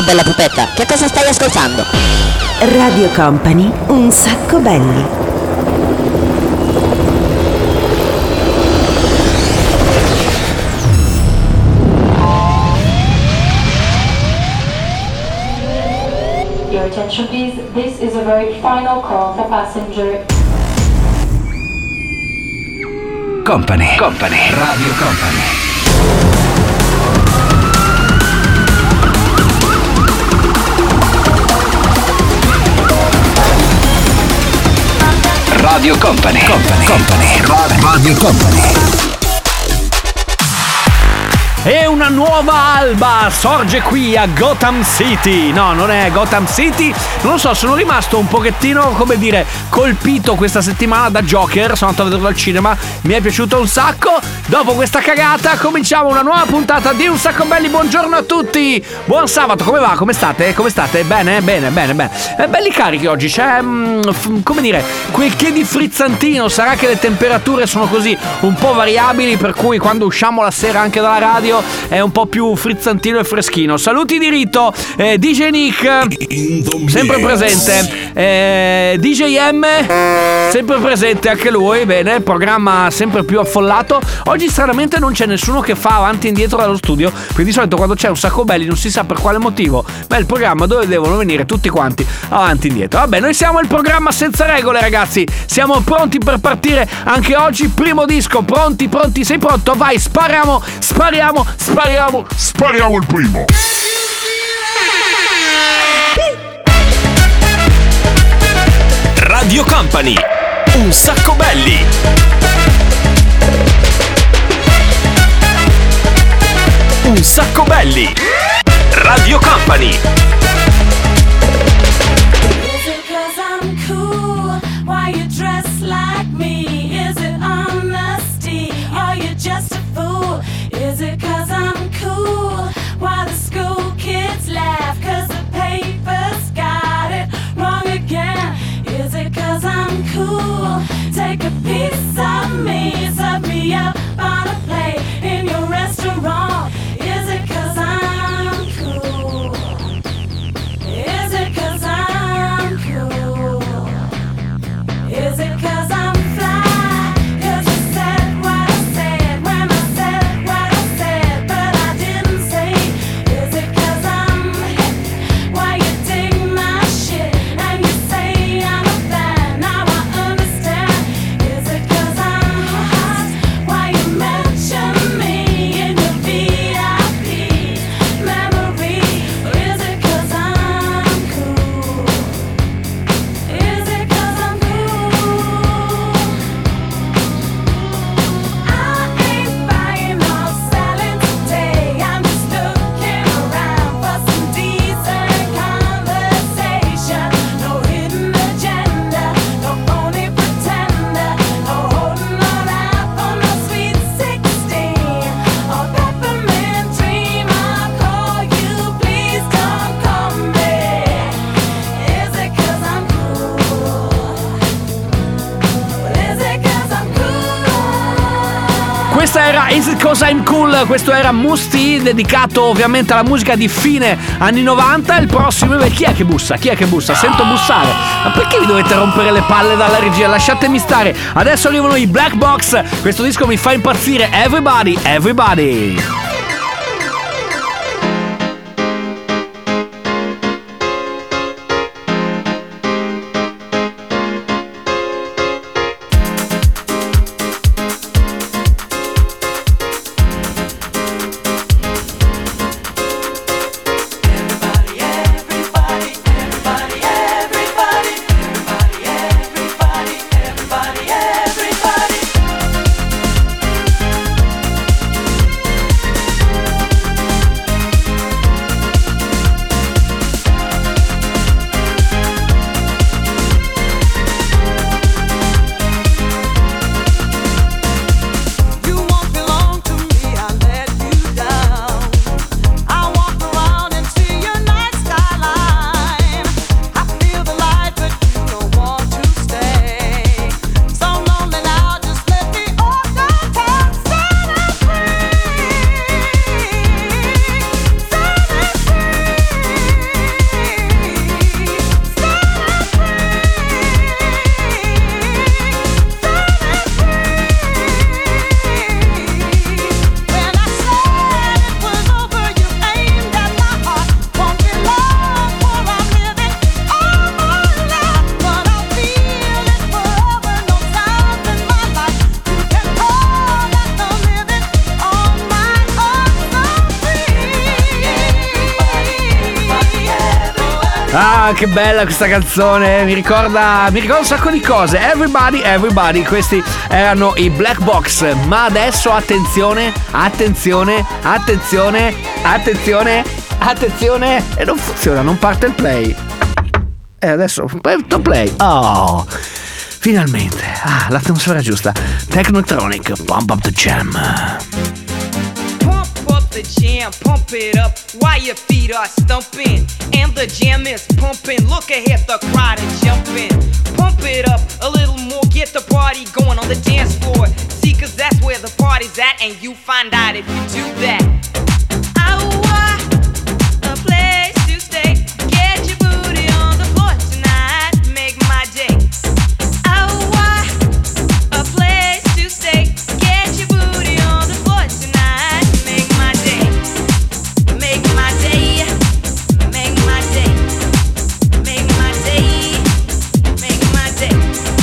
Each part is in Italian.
bella pupetta, che cosa stai ascoltando? Radio Company, un sacco belli. Your attention please, this is a very final call for passenger. Company, Radio Company. Radio Company. Radio Company. E una nuova alba sorge qui a Gotham City. No, non è Gotham City. Non lo so, sono rimasto un pochettino, come dire, colpito questa settimana da Joker. Sono andato a vederlo al cinema, mi è piaciuto un sacco. Dopo questa cagata cominciamo una nuova puntata di Un Sacco Belli. Buongiorno a tutti, buon sabato, come va? Come state? Bene. Belli carichi oggi, c'è, come dire, quel che di frizzantino. Sarà che le temperature sono così un po' variabili, per cui quando usciamo la sera anche dalla radio è un po' più frizzantino e freschino. Saluti di rito, DJ Nick sempre presente, DJ M sempre presente anche lui. Bene, programma sempre più affollato. Oggi stranamente non c'è nessuno che fa avanti e indietro dallo studio, quindi di solito quando c'è Un Sacco Belli non si sa per quale motivo, ma è il programma dove devono venire tutti quanti avanti e indietro. Vabbè, noi siamo il programma senza regole, ragazzi, siamo pronti per partire anche oggi. Primo disco, pronti, sei pronto? Vai, spariamo il primo. Radio Company, Un Sacco Belli. Un Sacco Belli. Radio Company. Take a piece of me, serve me up on a plate in your restaurant. Is it 'cause I'm cool? Is it 'cause I'm cool? Is it 'cause I'm fly? 'Cause I said what I said when I said what I said, but I didn't say. Is it 'cause I'm hip? Why you dig my shit and you say I'm a fan? Now I understand. Is it 'cause I'm hot? Why you mention me in your VIP memory? Or is it 'cause I'm cool? Is it 'cause I'm cool? I ain't buying or selling today. I'm just looking around for some decent conversation. No hidden agenda, no phony pretender, no holding on out for no sweet 16 or peppermint dream. I'll call you, please don't call me. Is it 'cause I'm cool? Is it 'cause I'm cool? Questa era Is It 'Cause I'm Cool. Questo era Musti, dedicato ovviamente alla musica di fine anni 90. Il prossimo, chi è che bussa? Sento bussare. Ma perché vi dovete rompere le palle dalla regia? Lasciatemi stare. Adesso arrivano i Black Box. Questo disco mi fa impazzire. Everybody. Ah, che bella questa canzone, mi ricorda un sacco di cose. Everybody, questi erano i Black Box. Ma adesso attenzione, e non funziona, non parte il play. E adesso play. Oh, finalmente. L'atmosfera giusta. Technotronic, Pump Up the Jam. The jam, pump it up while your feet are stumping. And the jam is pumping, look ahead, the crowd is jumping. Pump it up a little more, get the party going on the dance floor. See, cause that's where the party's at, and you find out if you do that. A place to stay, get your booty on the floor tonight, make my day. A place to stay, get your booty on the floor tonight, make my day. Make my day, make my day, make my day, make my day.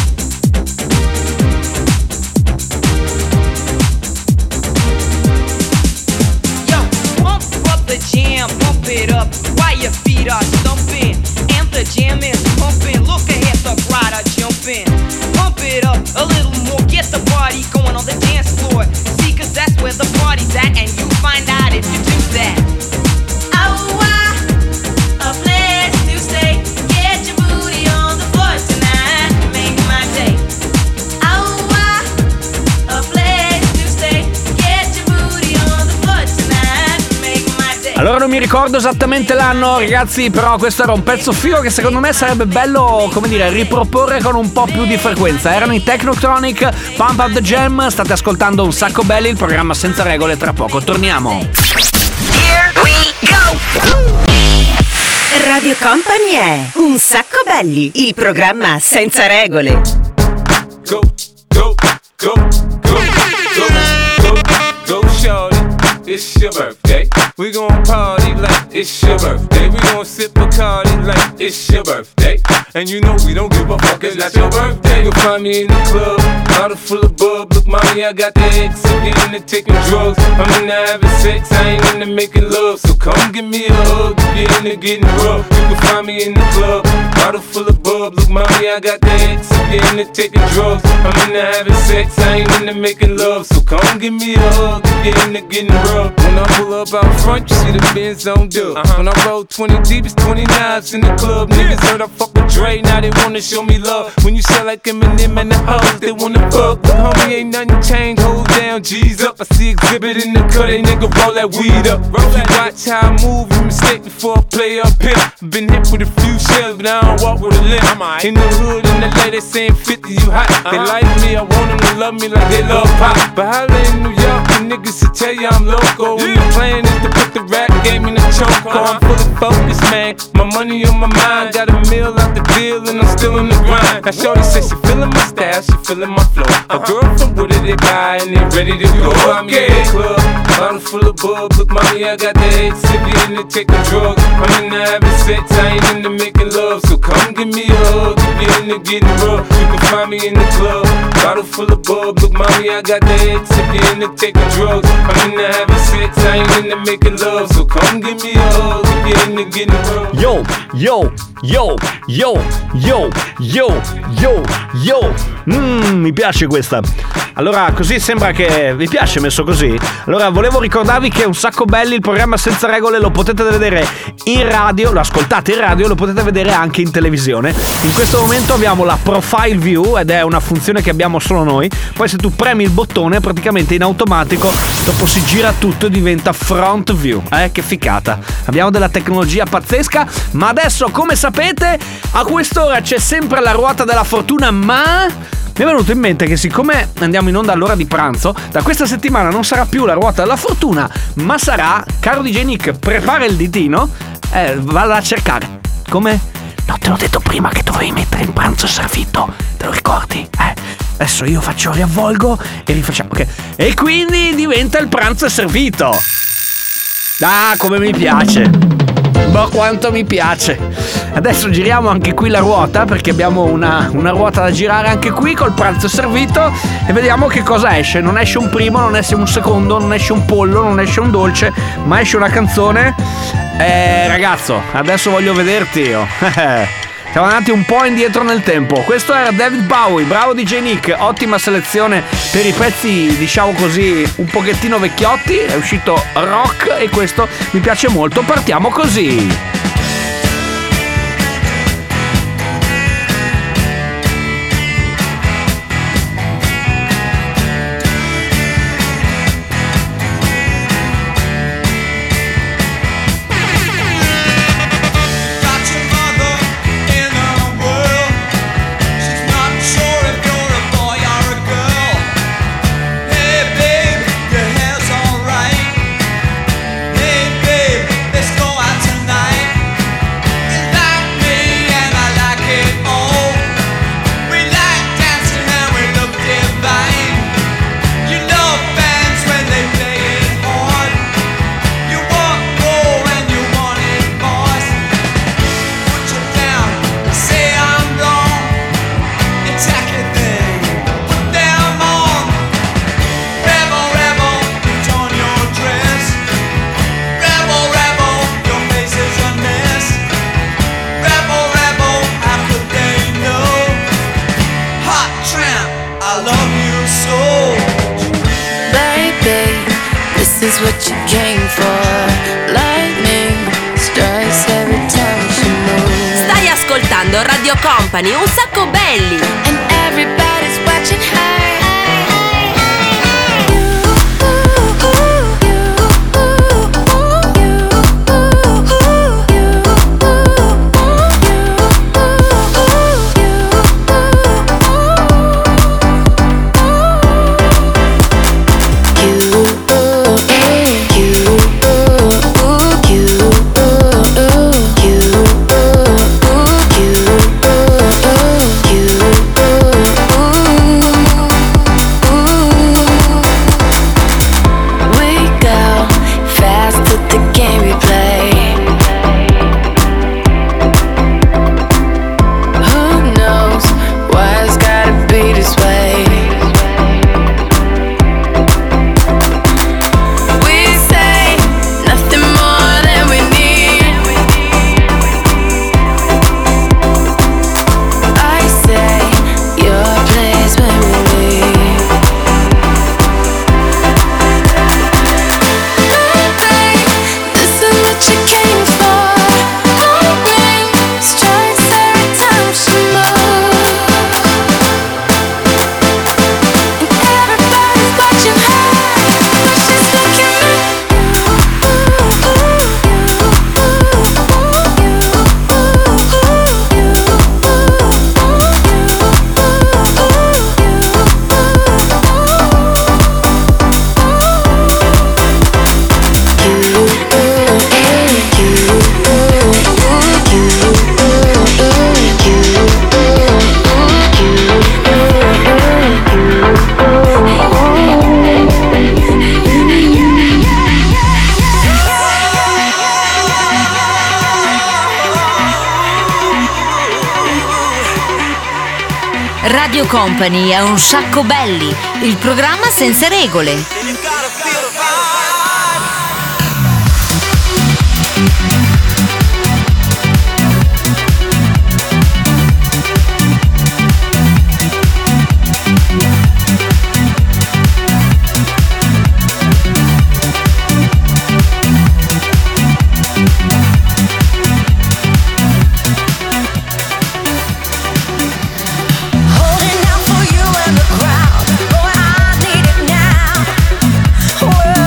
Yo, pump up the jam, pump it up while your feet are stumping. And the jam is pumping, look ahead, the crowd are jumping. Pump it up a little more, get the party going on the dance floor. See, cause that's where the party's at, and you find out if you do that. A place to stay, get your booty on the floor tonight, make my day. A place to stay, get your booty on the floor tonight, make my day. Allora non mi ricordo esattamente l'anno, ragazzi, però questo era un pezzo figo che secondo me sarebbe bello, come dire, riproporre con un po' più di frequenza. Erano i Technotronic, Pump Up the Jam. State ascoltando Un Sacco Belli, il programma senza regole. Tra poco torniamo. Here we go! Radio Company è Un Sacco Belli, il programma senza regole. Go, go, go, go, go, go, go, shorty. It's your birthday. We gon' party like it's your birthday. We gon' sip Bacardi like it's your birthday. And you know we don't give a fuck, it's not your birthday. You'll find me in the club, bottle full of bub. Look, mommy, I got the X, I'm into taking drugs. I'm into having sex, I ain't into making love. So come give me a hug, if you're into getting rough. You can find me in the club, bottle full of bub. Look, mommy, I got the X, I'm into taking drugs. I'm into having sex, I ain't into making love. So come give me a hug, if you're into getting rough. When I pull up out front, you see the Benz on dub. When I roll 20 deep, it's 20 knives in the club. Niggas heard I fuck with Dre, now they wanna show me love. When you sell like Eminem and the hoes, they wanna fuck. But homie, ain't nothing changed, hold down, G's up. I see exhibit in the cut, they nigga roll that weed up. If you watch how I move, you mistake before I play up here. Been hit with a few shells, but I don't walk with a limp. In the hood, in the LA, they saying 50, you hot. They like me, I want them to love me like they love pop. But holla in New York, the niggas will tell you I'm loco. And the plan is to put the rap game in the choke. I'm fully focused, man. My money on my mind, got a meal out the deal, and I'm still in the grind. Now shorty says she feeling my style, she feeling my flow. A girl from Wooded, they buy and they ready to go. I'm in the club, bottle full of bub. Look, mommy, I got the X, if you into taking drugs. I'm into having sex, I ain't into making love. So come give me a hug, if you into getting rough. You can find me in the club, bottle full of bub. Look, mommy, I got the X, if you into taking drugs. I'm into having sex, I ain't into making love. So come give me a hug, if you into getting rough. Yo, yo, yo, yo, yo, yo, yo, yo. Mi piace questa. Allora, così sembra che vi piace messo così. Allora, volevo ricordarvi che Un Sacco Belli, il programma senza regole, lo potete vedere in radio, lo ascoltate in radio, lo potete vedere anche in televisione. In questo momento abbiamo la Profile View ed è una funzione che abbiamo solo noi. Poi se tu premi il bottone, praticamente in automatico dopo si gira tutto e diventa Front View. Che ficata. Abbiamo della tecnologia pazzesca, ma adesso, come sapete, a quest'ora c'è sempre la ruota della fortuna, ma mi è venuto in mente che siccome andiamo in onda all'ora di pranzo, da questa settimana non sarà più la ruota della fortuna, ma sarà, caro DJ Nick, prepara il ditino, vada a cercare. Come? No, te l'ho detto prima che dovevi mettere il pranzo servito, te lo ricordi? Adesso io riavvolgo e rifacciamo, ok? E quindi diventa il pranzo servito. Ah, come mi piace. Ma quanto mi piace. Adesso giriamo anche qui la ruota, perché abbiamo una ruota da girare anche qui col pranzo servito, e vediamo che cosa esce. Non esce un primo, non esce un secondo, non esce un pollo, non esce un dolce, ma esce una canzone. Ragazzo, adesso voglio vederti io. Siamo andati un po' indietro nel tempo. Questo era David Bowie, bravo DJ Nick, ottima selezione per i pezzi, diciamo così, un pochettino vecchiotti. È uscito rock e questo mi piace molto. Partiamo così. Stai ascoltando Radio Company, un sacco belli. And everybody's watching her. Radio Company è un sacco belli, il programma senza regole. Holding out for you and the crowd. Boy, I need it now.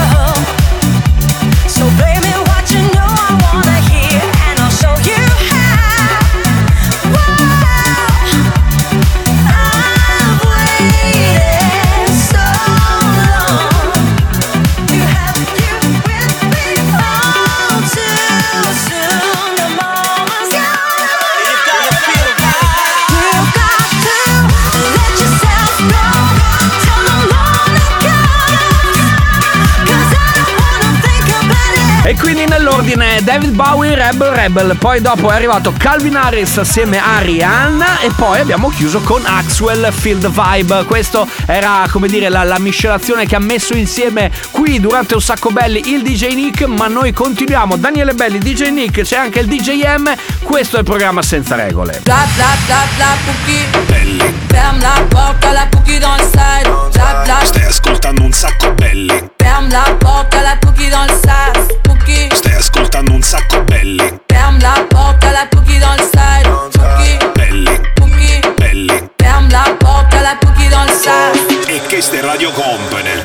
nell'ordine David Bowie, Rebel, poi dopo è arrivato Calvin Harris assieme a Rihanna e poi abbiamo chiuso con Axwell, Feel the Vibe. Questo era, come dire, la miscelazione che ha messo insieme qui durante Un Sacco Belli il DJ Nick, ma noi continuiamo. Daniele Belli, DJ Nick, c'è anche il DJ M, questo è il programma Senza Regole. Bla bla bla bla Cookie Belli. Ferme la porta, la Cookie dans le side. Bla bla. Stai ascoltando Un Sacco Belli. Ferme la porta, la Cookie dans le side. Cookie. Stai ascoltando Un Sacco Belli. Ferme la porta, la Cookie dans le side. Cookie. Belli. Cookie. Belli. Ferme la porta, la Cookie dans le side. E questa è Radio Company.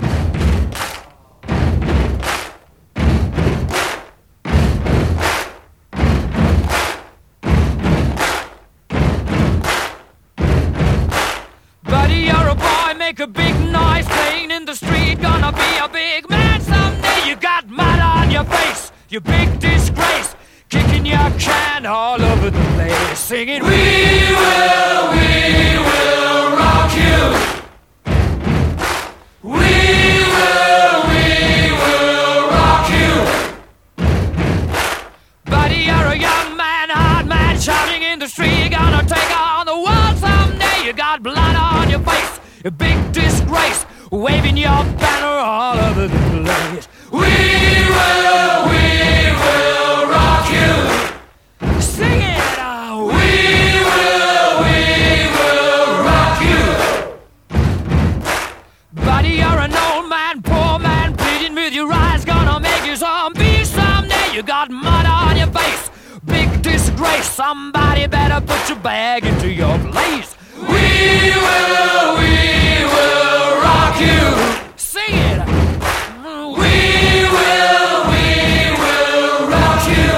Buddy, you're a boy, make a big noise playing in the street. Gonna be a big man someday. You got mud on your face, you big disgrace. Kicking your can all over the place, singing, we will rock you. We will rock you. Buddy, you're a young man, hard man, shouting in the street. Gonna take on the world someday. You got blood on your face, a big disgrace, waving your banner all over the place. We will rock you. Sing it out. We will rock you. Buddy, you're an old man, poor man, pleading with your eyes. Gonna make you zombie someday. You got mud on your face, big disgrace. Somebody better put your bag into your place. We will rock you. Sing it. We will rock you.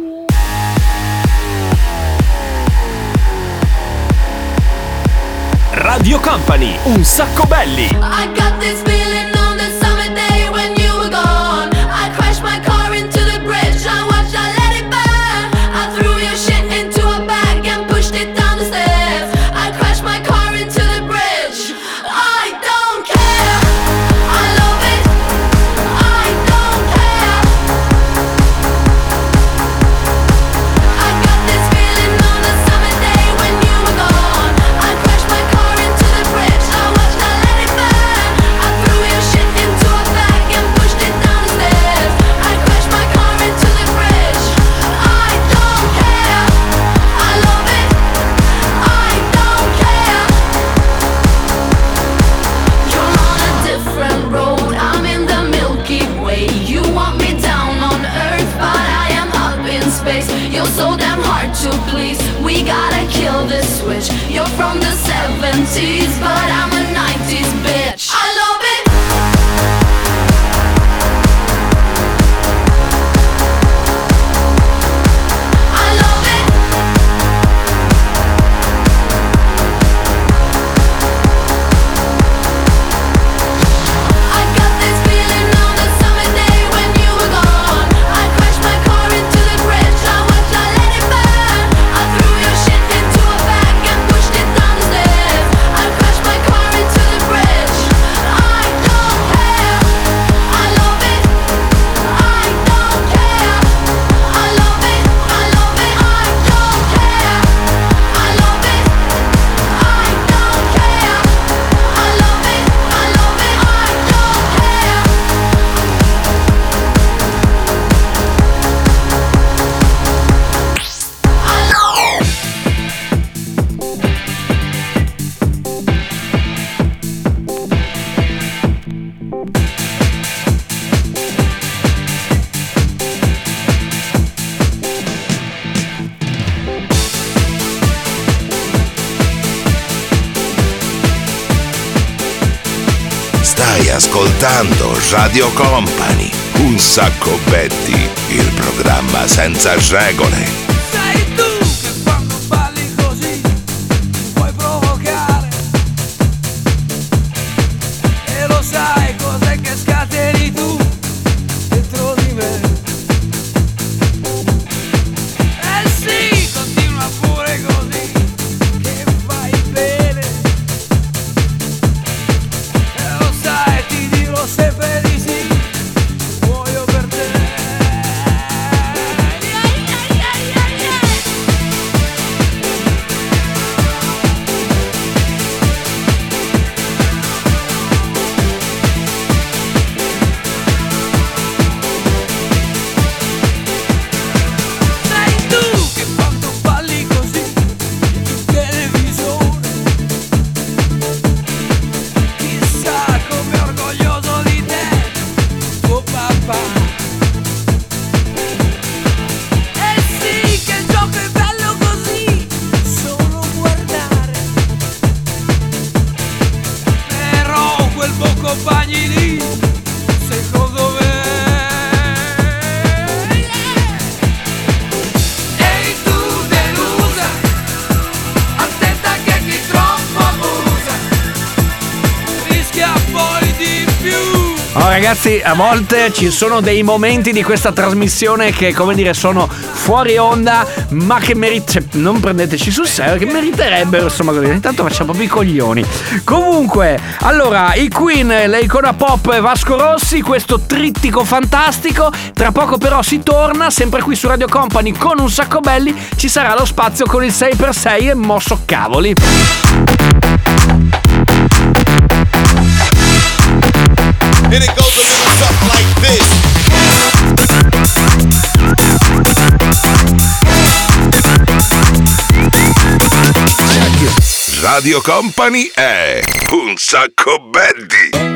Radio Company, Un Sacco Belli. I got this feeling on the summer day when you were gone. I crashed my car into the bridge. I watched, I let it burn. I threw your shit into a bag and pushed it down the stairs. I crashed my car into the bridge. I don't care. I love it. I don't care. I got this feeling on the summer day when you were gone. I crashed my car into the bridge. I watched, I let it burn. I threw your shit into a bag and pushed it down the stairs. I crashed my car into the bridge. I don't care. I love it. I don't care. You're on a different road. I'm in the Milky Way. You want me down on Earth, but I am up in space. You're so damn hard to please. We gotta kill this switch. You're from the 70s, but I'm a 90s bitch. I love it. I love it. I got this feeling on the summer day when you were gone. I crashed my car into the bridge. I watched, I let it burn. I threw your shit into a bag and pushed it down the stairs. I crashed my car into the bridge. I don't care. I love it. I don't care. I love it. I love it. I don't care. I love it. I don't care. I love it. I love it. I don't care. Stai ascoltando Radio Company. Un Sacco Belli, il programma senza regole. Sei tu che quando balli così puoi provocare. E lo sai cos'è che scateni tu dentro di me. Eh sì, continua pure così, che fai bene. E lo sai, ti dirò sempre di sì, muoio per te. ragazzi, a volte ci sono dei momenti di questa trasmissione che, come dire, sono fuori onda, ma che non prendeteci sul serio, che meriterebbero, insomma, così. Intanto facciamo proprio i coglioni. Comunque, allora, i Queen, le icona pop e Vasco Rossi, questo trittico fantastico. Tra poco però si torna, sempre qui su Radio Company con Un Sacco Belli. Ci sarà lo spazio con il 6x6 e mosso cavoli. And it goes a little something like this. Radio Company è Un Sacco Belli.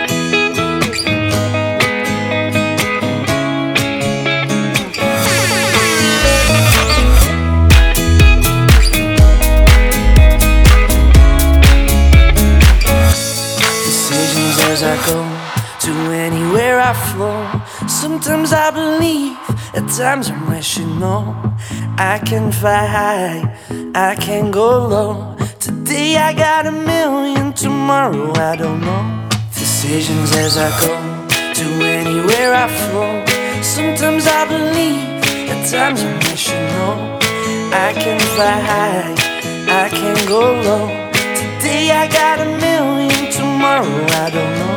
As I go to anywhere I flow, sometimes I believe, at times I'm rational. I can fly high, I can go low. Today I got a million, tomorrow I don't know. Decisions as I go to anywhere I flow. Sometimes I believe, at times I'm rational. I can fly high, I can go low. Today I got a million, tomorrow I don't know.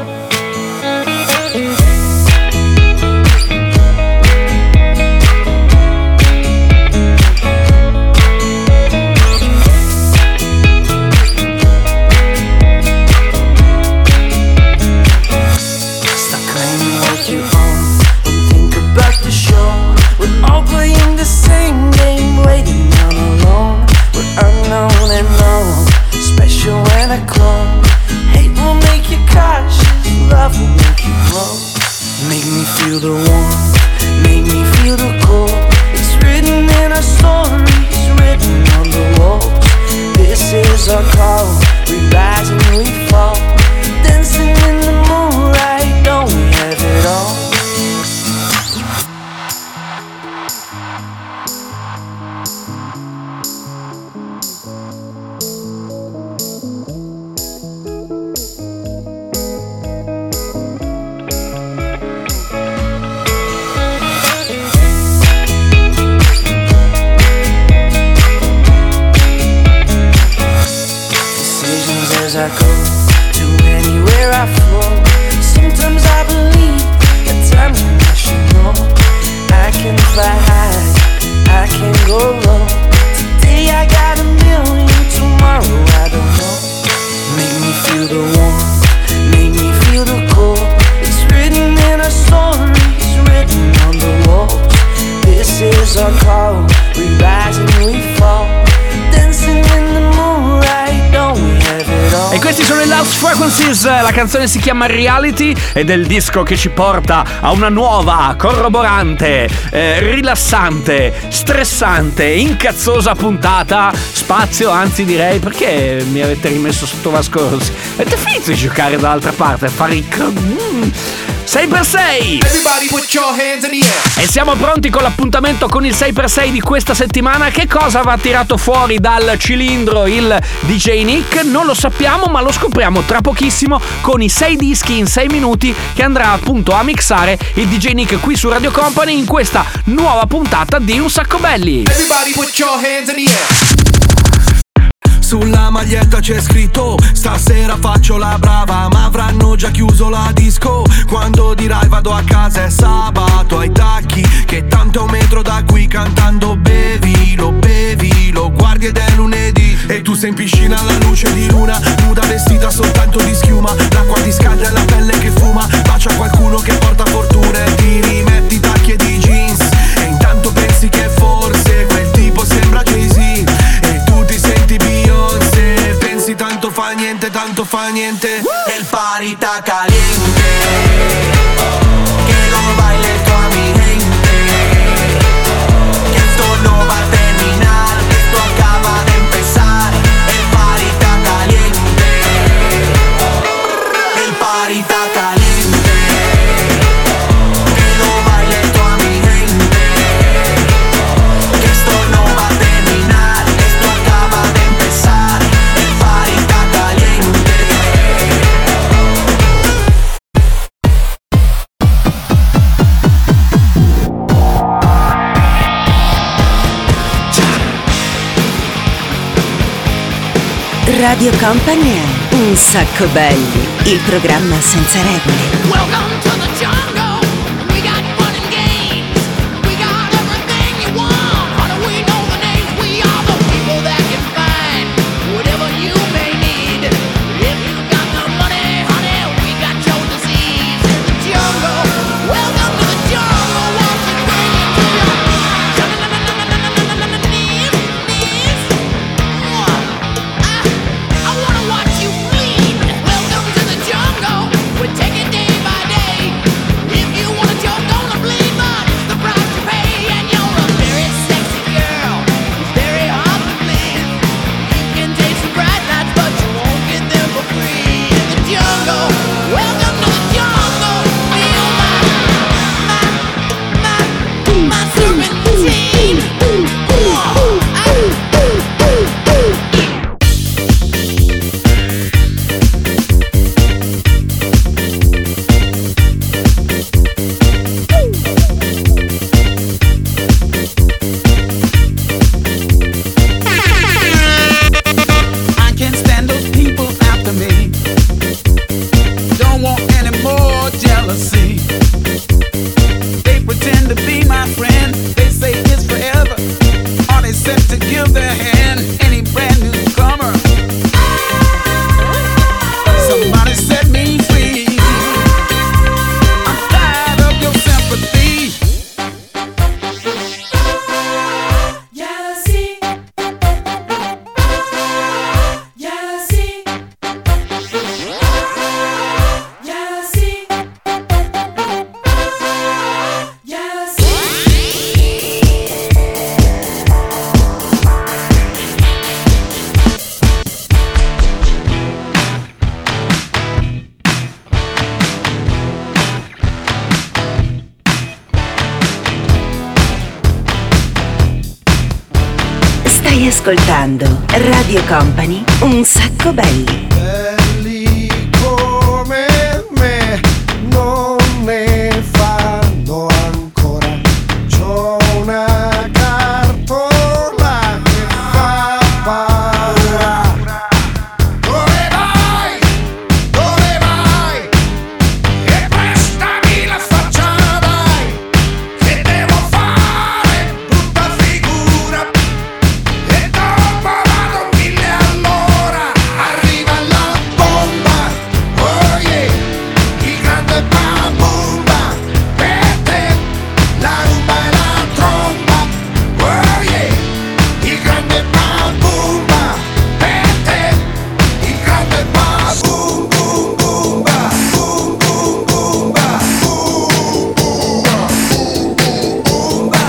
Stop claiming what you own and think about the show. We're all playing the same game, waiting on alone. We're unknown and known, special when I clone. Hate will make you cautious, love will make you grow. Make me feel the warmth, make me feel the cold. It's written in our stories, written on the walls. This is our call, we rise and we fall. Dancing in the moonlight, don't we have it all? As I go to anywhere I flow. Sometimes I believe, at times I'm rational. I can fly high, I can go low. Today I got a million, tomorrow I don't know. Make me feel the warmth, make me feel the cold. It's written in our stories, written on the walls. This is our call, we rise and we fall. Dancing in the moonlight, don't we have it all? E questi sono i Lost Frequencies, la canzone si chiama Reality ed è il disco che ci porta a una nuova, corroborante, rilassante, stressante, incazzosa puntata. Spazio, anzi direi, perché mi avete rimesso sotto Vasco Rossi? Avete finito di giocare dall'altra parte a fare i 6x6. E siamo pronti con l'appuntamento con il 6x6 di questa settimana. Che cosa va tirato fuori dal cilindro il DJ Nick? Non lo sappiamo, ma lo scopriamo tra pochissimo con i 6 dischi in 6 minuti che andrà appunto a mixare il DJ Nick qui su Radio Company in questa nuova puntata di Un Sacco Belli. Everybody put your hands in the air. Sulla maglietta c'è scritto: stasera faccio la brava, ma avranno già chiuso la disco. Quando dirai vado a casa è sabato, ai tacchi, che tanto è un metro da qui. Cantando bevi, lo guardi ed è lunedì. E tu sei in piscina alla luce di luna, nuda vestita soltanto di schiuma. L'acqua ti scalda e la pelle che fuma. Bacia qualcuno che porta fortuna e ti rimetti tacchi e di jeans. E intanto pensi che forse quel tipo sembra Jay-Z e tu ti senti Beyoncé. Pensi tanto fa niente. E il party sta caliente. Radio Company è Un Sacco Belli, il programma senza regole. Welcome to the jungle. We got fun and games. We got everything you want. How do we know the names? We are the people that can find whatever you may need. If you got the money, honey, we got your disease. In the jungle. Welcome to the jungle. Won't you bring it to your knees? I wanna watch you bleed. Welcome to the jungle. We take it day by day. If you wanna joke, gonna bleed, but the price you pay. And you're a very sexy girl, very hard to please. You can take some bright nights, but you won't get them for free. In the jungle, welcome to the jungle. Feel my serpentine. I can't stand those people after me. Don't want any more jealousy. They pretend to be my friend. They say it's forever. Are they set to give their hand? Any brand newcomer? Somebody set me free. I'm tired of your sympathy. Jealousy. Jealousy. Jealousy. Stai ascoltando Radio Company, Un Sacco Belli. Belli come me non ne fanno ancora. C'ho una cartola che fa paura. Dove vai? Dove vai? E prestami la faccia, dai, che devo fare brutta figura. E dopo vado 1000 all'ora. Arriva la bomba, oh yeah, il grande babumba. Per te la rumba e la tromba, oh yeah, il grande babumba. Per te il grande babum bum bumba, bum bum bumba, bum bum bumba.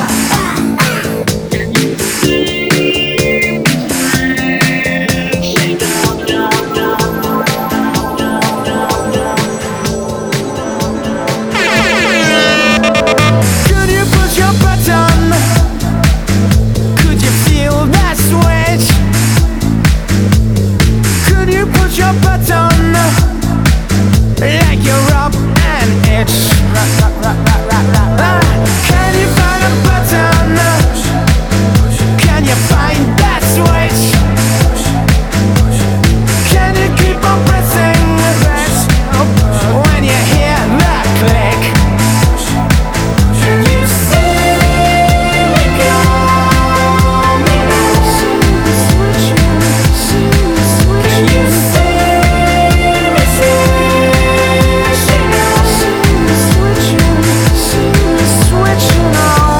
Could you push your button? Could you feel that switch? Could you push your button? Like you're up and itch. Can you find a button? Can you find that switch? Can you keep on pressing this when you hear that click? Can you see me coming? Can you see me switching on?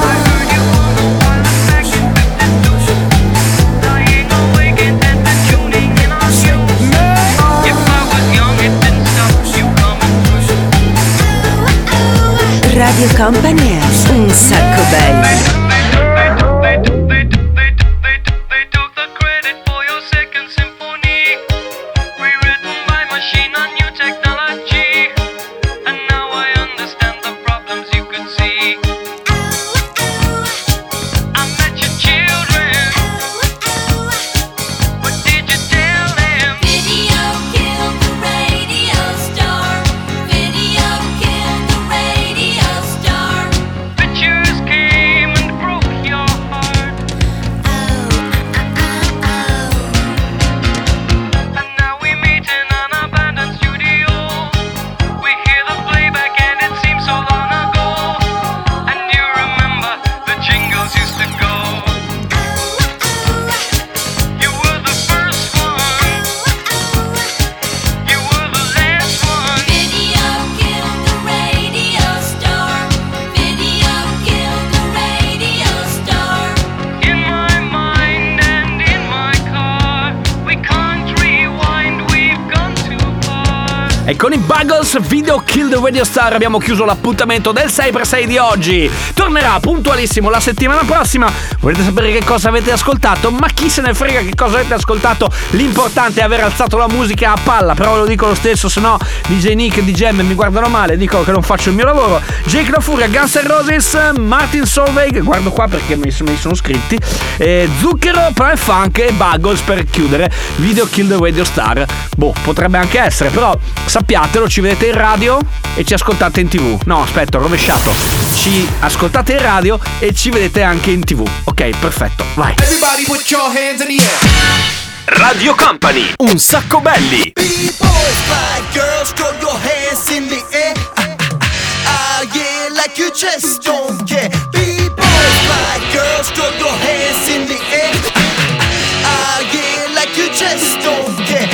Radio Company è Un Sacco Belli. Video killed the radio star. Video killed the radio star. E con i Buggles Video Kill the Radio Star abbiamo chiuso l'appuntamento del 6x6 di oggi. Tornerà puntualissimo la settimana prossima. Volete sapere che cosa avete ascoltato? Ma chi se ne frega che cosa avete ascoltato? L'importante è aver alzato la musica a palla. Però ve lo dico lo stesso, se no DJ Nick e DJ M mi guardano male, dicono che non faccio il mio lavoro. Jake La Furia, Guns N' Roses, Martin Solveig, guardo qua perché mi sono scritti, Zucchero, Prime Funk e Buggles per chiudere Video Kill the Radio Star. Boh, potrebbe anche essere, però sappiatelo, ci vedete in radio e ci ascoltate in TV. No, aspetta, ho rovesciato. Ci ascoltate in radio e ci vedete anche in TV. Ok, perfetto, vai. Everybody put your hands in the air. Radio Company, un sacco belli. B-boys, fly girls, throw your hands in the air. Yeah, like you just don't care. B-boys, fly girls, throw your hands in the air. Yeah, like you just don't care.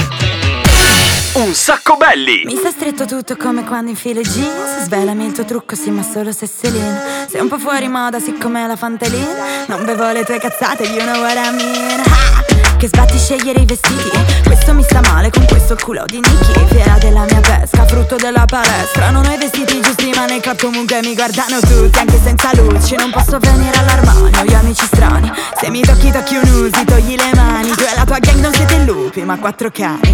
Un sacco belli. Mi sta stretto tutto come quando infilo i jeans. Svelami il tuo trucco, sì, ma solo se sei lean. Sei un po' fuori moda, siccome la Fantelin. Non bevo le tue cazzate, you know what I mean. Ha! Che sbatti scegliere i vestiti. Questo mi sta male con questo culo di Nicky. Fiera della mia pesca, frutto della palestra. Non ho i vestiti giusti ma nel club comunque mi guardano tutti. Anche senza luci non posso venire all'armadio. Ho gli amici strani, se mi tocchi tocchi un usi. Togli le mani, tu e la tua gang non siete lupi ma 4 cani.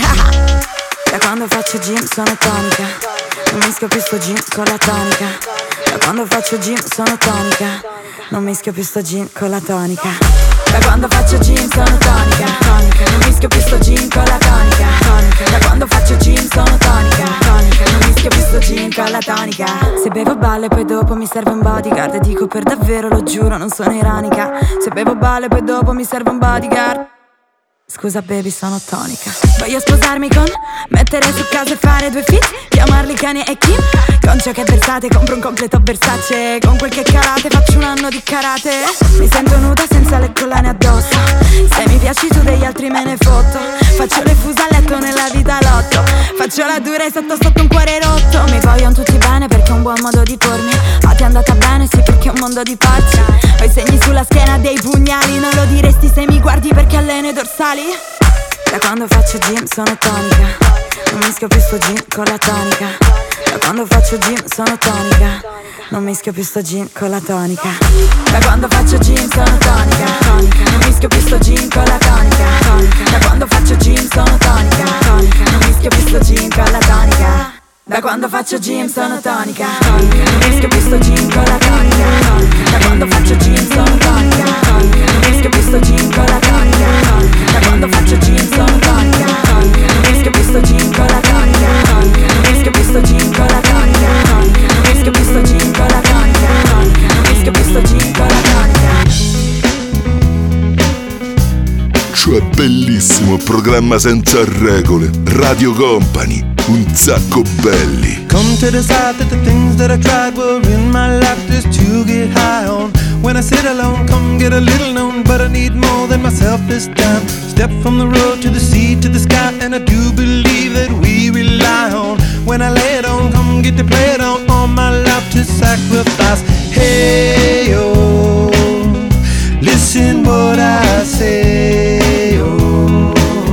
Da quando faccio gym sono tonica. Non mischio più sto gym con la tonica. Da quando faccio gym sono tonica. Non mischio più sto gym con la tonica. Da quando faccio gym sono tonica. Non mischio più sto gym con la tonica. Da quando faccio gym sono tonica. Non mischio più sto gym con la tonica. Se bevo balle poi dopo mi serve un bodyguard. E dico per davvero, lo giuro, non sono ironica. Se bevo balle poi dopo mi serve un bodyguard. Scusa baby, sono tonica. Voglio sposarmi con, mettere su casa e fare 2 fit. Chiamarli Kanye e Kim. Con ciò che versate compro un completo Versace. Con quel che calate faccio un anno di karate. Mi sento nuda senza le collane addosso. Se mi piaci tu degli altri me ne fotto. Faccio le fuse a letto nella vita lotto. Faccio la dura e sotto sotto un cuore rotto. Mi vogliono tutti bene perché è un buon modo di pormi. Ah, ti è andata bene sì perché è un mondo di pazzi. Ho i segni sulla schiena dei pugnali. Non lo diresti se mi guardi perché alleno i dorsali. Da quando faccio gym sono tonica. Non mischio più sto gym con la tonica. Da quando faccio gym sono tonica. Non mischio più sto gym con la tonica. Da quando faccio gym sono tonica. Non mischio più sto gym con la tonica. Da quando faccio gym sono tonica. Non mischio più sto gym con la tonica. Da quando faccio gym sono tonica. Non mischio più sto gym con la tonica. Da quando faccio gym sono tonica. Non mischio più sto gym con la tonica. Da quando faccio gym sono tonica. Non mischio più sto gym con la tonica. Non mischio più sto gym con la tonica. Non mischio più sto gym con la tonica. Non mischio più sto gym con la tonica. Cioè bellissimo programma senza regole. Radio Company, un sacco belli. Come to decide that the things that I tried were in my life just to get high on. When I sit alone, come get a little known, but I need more than myself this time. Step from the road to the sea to the sky, and I do believe that we rely on. When I lay it on, come get to play it on, all my life to sacrifice. Hey, oh, listen what I say, oh,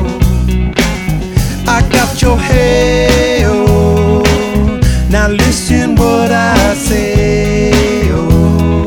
I got your hey, oh, now listen what I say, oh,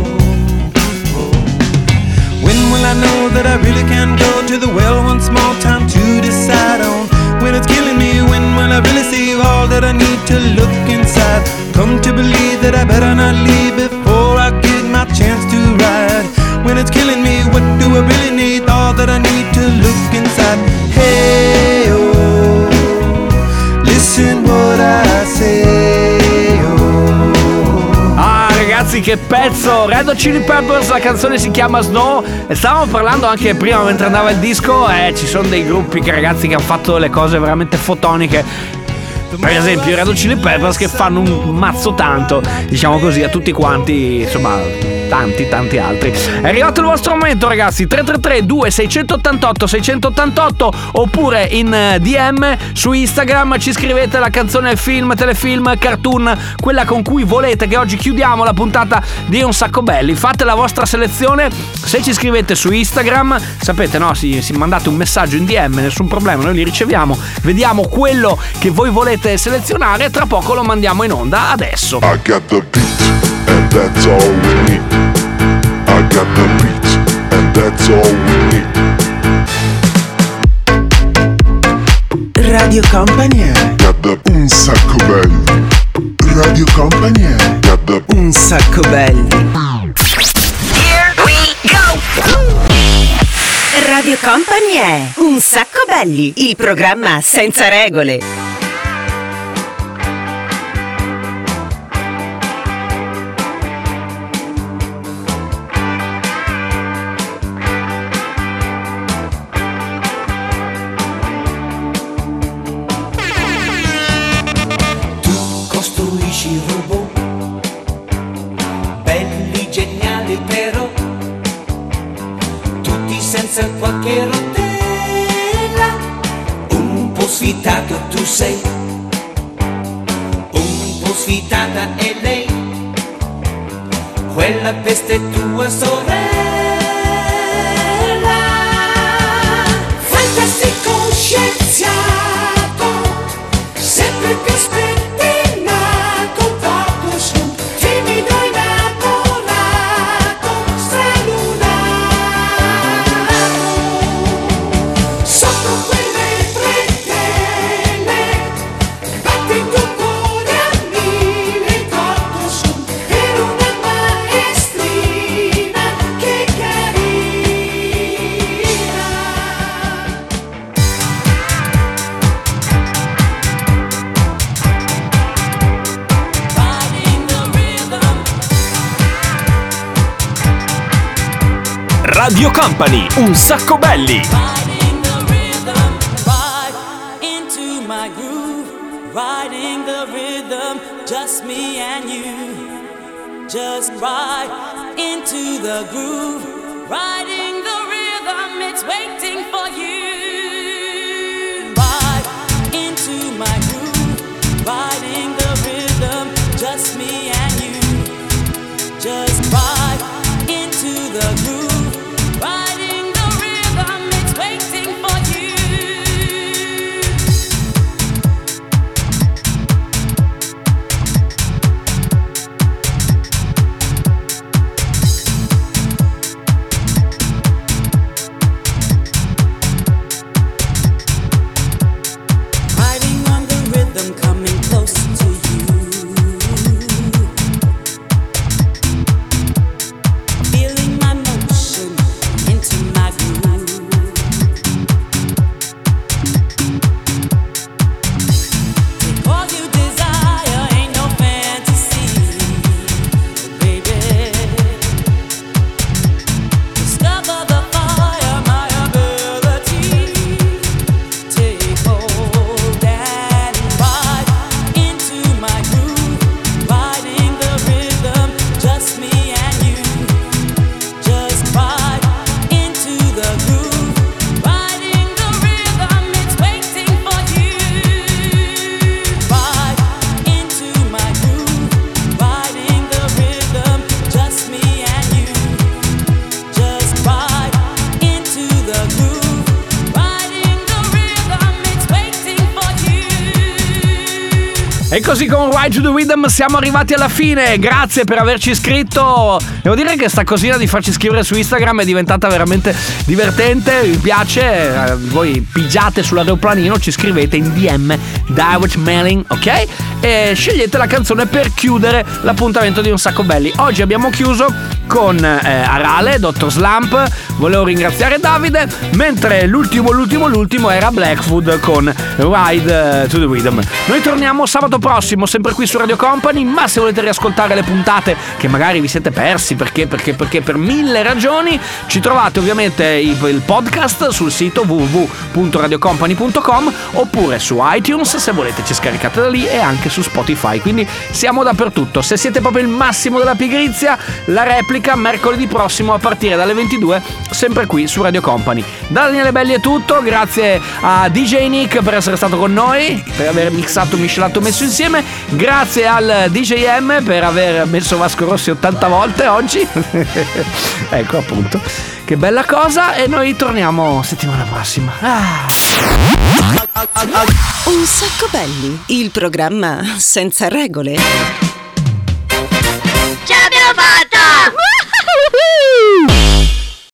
when will I know that I really can go to the well one small time to decide on? When it's killing me, when will I really see all that I need to look inside? Come to believe that I better not leave before I get my chance to ride. When it's killing me, what do I really need? All that I need to look inside. Hey, oh, listen what I say, oh. Ah ragazzi, che pezzo! Red Hot Chili Peppers, la canzone si chiama Snow. E stavamo parlando anche prima mentre andava il disco. Ci sono dei gruppi che, ragazzi, che hanno fatto delle cose veramente fotoniche. Per esempio i Red Hot Chili Peppers, che fanno un mazzo tanto, diciamo così, a tutti quanti, insomma, tanti altri. È arrivato il vostro momento, ragazzi. 333 2688 688 oppure in DM su Instagram ci scrivete la canzone, film, telefilm, cartoon, quella con cui volete che oggi chiudiamo la puntata di Un Sacco Belli. Fate la vostra selezione. Se ci scrivete su Instagram, sapete, no, si mandate un messaggio in DM, nessun problema, noi li riceviamo, vediamo quello che voi volete selezionare e tra poco lo mandiamo in onda. Adesso I got the beat and that's all we need. I got the beat and that's all we need. Radio Company Got the Un Sacco Belli. Radio Company Got the Un Sacco Belli. Here we go! Radio Company è Un Sacco Belli, il programma senza regole. Costruisci robot belli, geniali però, tutti senza qualche rotella. Un po' sfitato tu sei, un po' sfitata è lei, quella peste è tua sorella. Fantastico scienziato, sempre più Radio Company, Un Sacco Belli. Into my groove, riding the rhythm, just me and you. Just ride into the groove, riding the rhythm, it's waiting for you. Ride into my groove, riding the rhythm, just me and you. Just ride into the groove. E così con Ride to the Rhythm siamo arrivati alla fine. Grazie per averci iscritto. Devo dire che sta cosina di farci scrivere su Instagram è diventata veramente divertente. Mi piace. Voi pigiate sull'aeroplanino, ci scrivete in DM, direct mailing, ok? E scegliete la canzone per chiudere l'appuntamento di Un Sacco Belli. Oggi abbiamo chiuso con Arale, Dr. Slump. Volevo ringraziare Davide, mentre l'ultimo era Blackfoot con Ride to the Rhythm. Noi torniamo sabato prossimo, sempre qui su Radio Company, ma se volete riascoltare le puntate che magari vi siete persi perché per 1000 ragioni, ci trovate ovviamente il podcast sul sito www.radiocompany.com oppure su iTunes, se volete ci scaricate da lì, e anche su Spotify, quindi siamo dappertutto. Se siete proprio il massimo della pigrizia, la replica mercoledì prossimo a partire dalle 22, sempre qui su Radio Company. Da Daniele Belli è tutto, grazie a DJ Nick per essere stato con noi, per aver mixato, miscelato, messo insieme, grazie al DJ M per aver messo Vasco Rossi 80 volte oggi. Ecco appunto, che bella cosa, e noi torniamo settimana prossima. Un sacco belli, il programma senza regole.